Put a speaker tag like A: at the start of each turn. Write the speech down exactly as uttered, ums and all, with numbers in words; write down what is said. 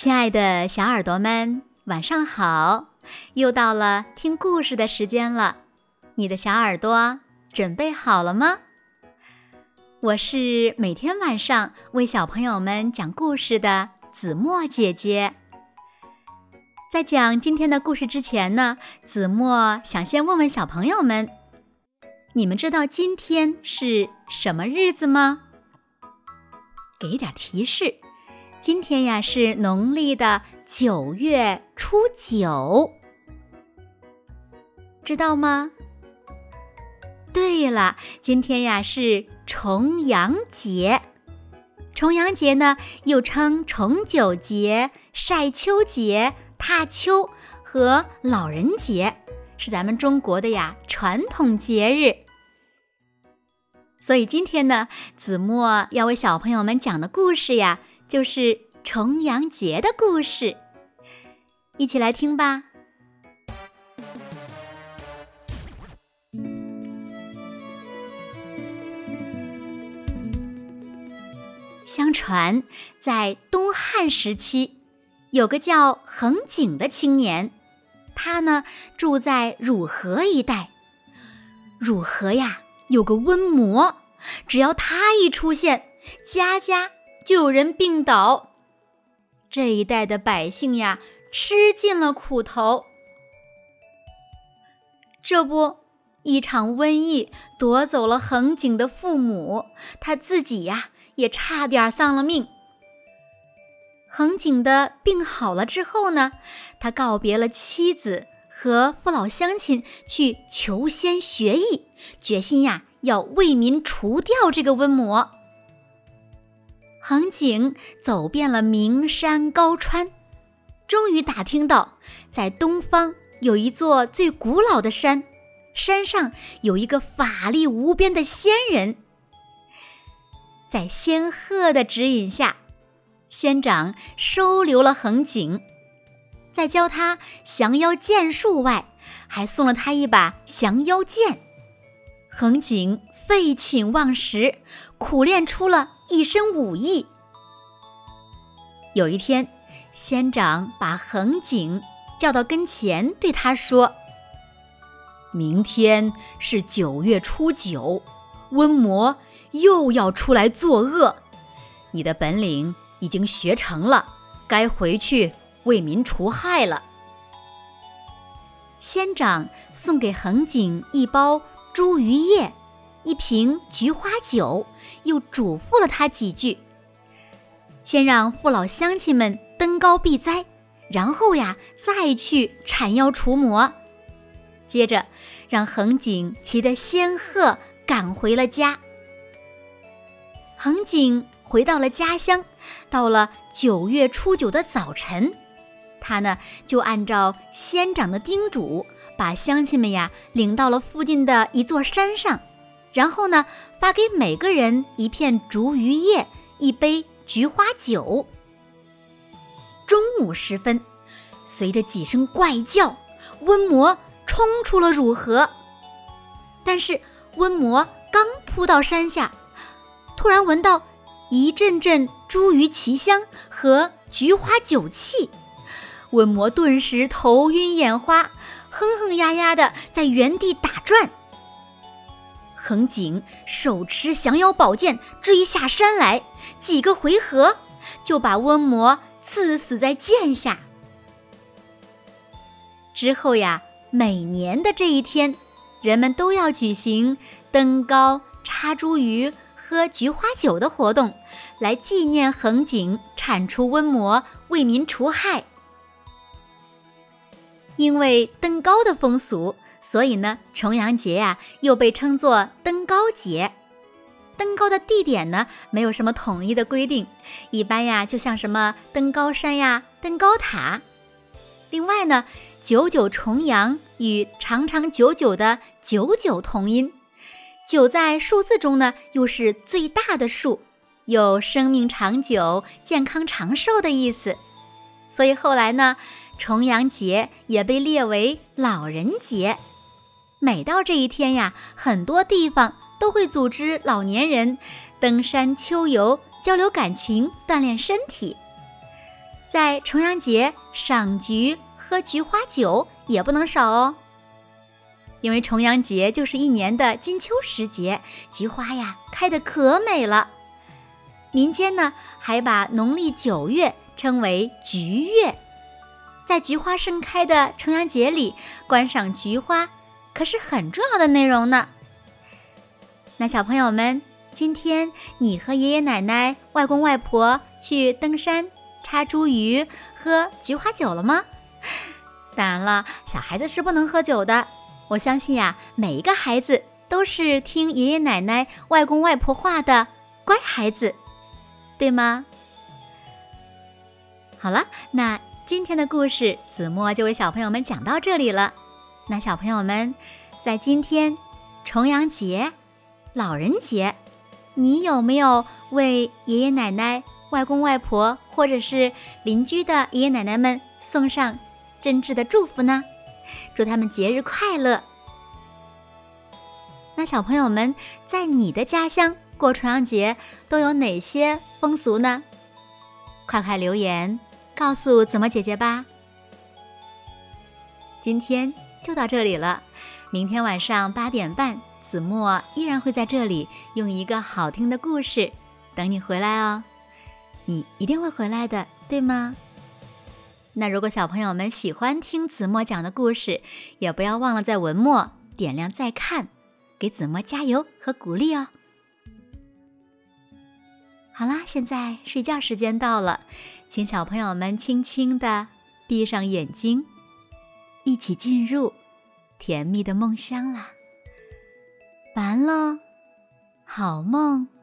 A: 亲爱的小耳朵们，晚上好！又到了听故事的时间了，你的小耳朵准备好了吗？我是每天晚上为小朋友们讲故事的子墨姐姐。在讲今天的故事之前呢，子墨想先问问小朋友们，你们知道今天是什么日子吗？给一点提示，今天呀是农历的九月初九，知道吗？对了，今天呀是重阳节。重阳节呢，又称重九节、晒秋节、踏秋和老人节，是咱们中国的呀传统节日。所以今天呢，子墨要为小朋友们讲的故事呀，就是重阳节的故事，一起来听吧。相传，在东汉时期，有个叫桓景的青年，他呢住在汝河一带。汝河呀，有个瘟魔，只要他一出现，家家就有人病倒。这一带的百姓呀，吃尽了苦头。这不，一场瘟疫夺走了桓景的父母，他自己呀也差点丧了命。桓景的病好了之后呢，他告别了妻子和父老乡亲，去求仙学艺，决心呀要为民除掉这个瘟魔。桓景走遍了名山高川，终于打听到，在东方有一座最古老的山，山上有一个法力无边的仙人。在仙鹤的指引下，仙长收留了桓景，在教他降妖剑术外，还送了他一把降妖剑。桓景废寝忘食，苦练出了一身武艺。有一天，仙长把桓景叫到跟前，对他说：明天是九月初九，瘟魔又要出来作恶，你的本领已经学成了，该回去为民除害了。仙长送给桓景一包茱萸叶，一瓶菊花酒，又嘱咐了他几句，先让父老乡亲们登高避灾，然后呀再去铲妖除魔。接着让桓景骑着仙鹤赶回了家。桓景回到了家乡，到了九月初九的早晨，他呢就按照仙长的叮嘱，把乡亲们呀领到了附近的一座山上，然后呢发给每个人一片茱萸叶，一杯菊花酒。中午时分，随着几声怪叫，瘟魔冲出了汝河。但是瘟魔刚扑到山下，突然闻到一阵阵茱萸奇香和菊花酒气，瘟魔顿时头晕眼花，哼哼呀呀的在原地打转。桓景手持降妖宝剑追下山来，几个回合就把瘟魔刺死在剑下。之后呀，每年的这一天，人们都要举行登高、插茱萸、喝菊花酒的活动，来纪念桓景铲除瘟魔，为民除害。因为登高的风俗，所以呢，重阳节呀又被称作登高节。登高的地点呢，没有什么统一的规定，一般呀就像什么登高山呀、登高塔。另外呢，九九重阳与长长久久的九九同音，九在数字中呢又是最大的数，有生命长久、健康长寿的意思。所以后来呢，重阳节也被列为老人节。每到这一天呀，很多地方都会组织老年人登山秋游，交流感情，锻炼身体。 在重阳节赏菊喝菊花酒也不能少哦。因为重阳节就是一年的金秋时节，菊花呀开得可美了。民间呢还把农历九月称为菊月，在菊花盛开的重阳节里，观赏菊花可是很重要的内容呢。那小朋友们，今天你和爷爷奶奶、外公外婆去登山、插茱萸、喝菊花酒了吗？当然了，小孩子是不能喝酒的。我相信呀，每一个孩子都是听爷爷奶奶、外公外婆话的乖孩子，对吗？好了，那今天的故事子墨就为小朋友们讲到这里了。那小朋友们，在今天重阳节、老人节，你有没有为爷爷奶奶、外公外婆或者是邻居的爷爷奶奶们送上真挚的祝福呢？祝他们节日快乐。那小朋友们，在你的家乡过重阳节都有哪些风俗呢？快快留言告诉子墨姐姐吧。今天就到这里了，明天晚上八点半，子墨依然会在这里用一个好听的故事等你回来哦。你一定会回来的，对吗？那如果小朋友们喜欢听子墨讲的故事，也不要忘了在文末点亮再看，给子墨加油和鼓励哦。好啦，现在睡觉时间到了，请小朋友们轻轻地闭上眼睛，一起进入甜蜜的梦乡啦。晚安喽，好梦。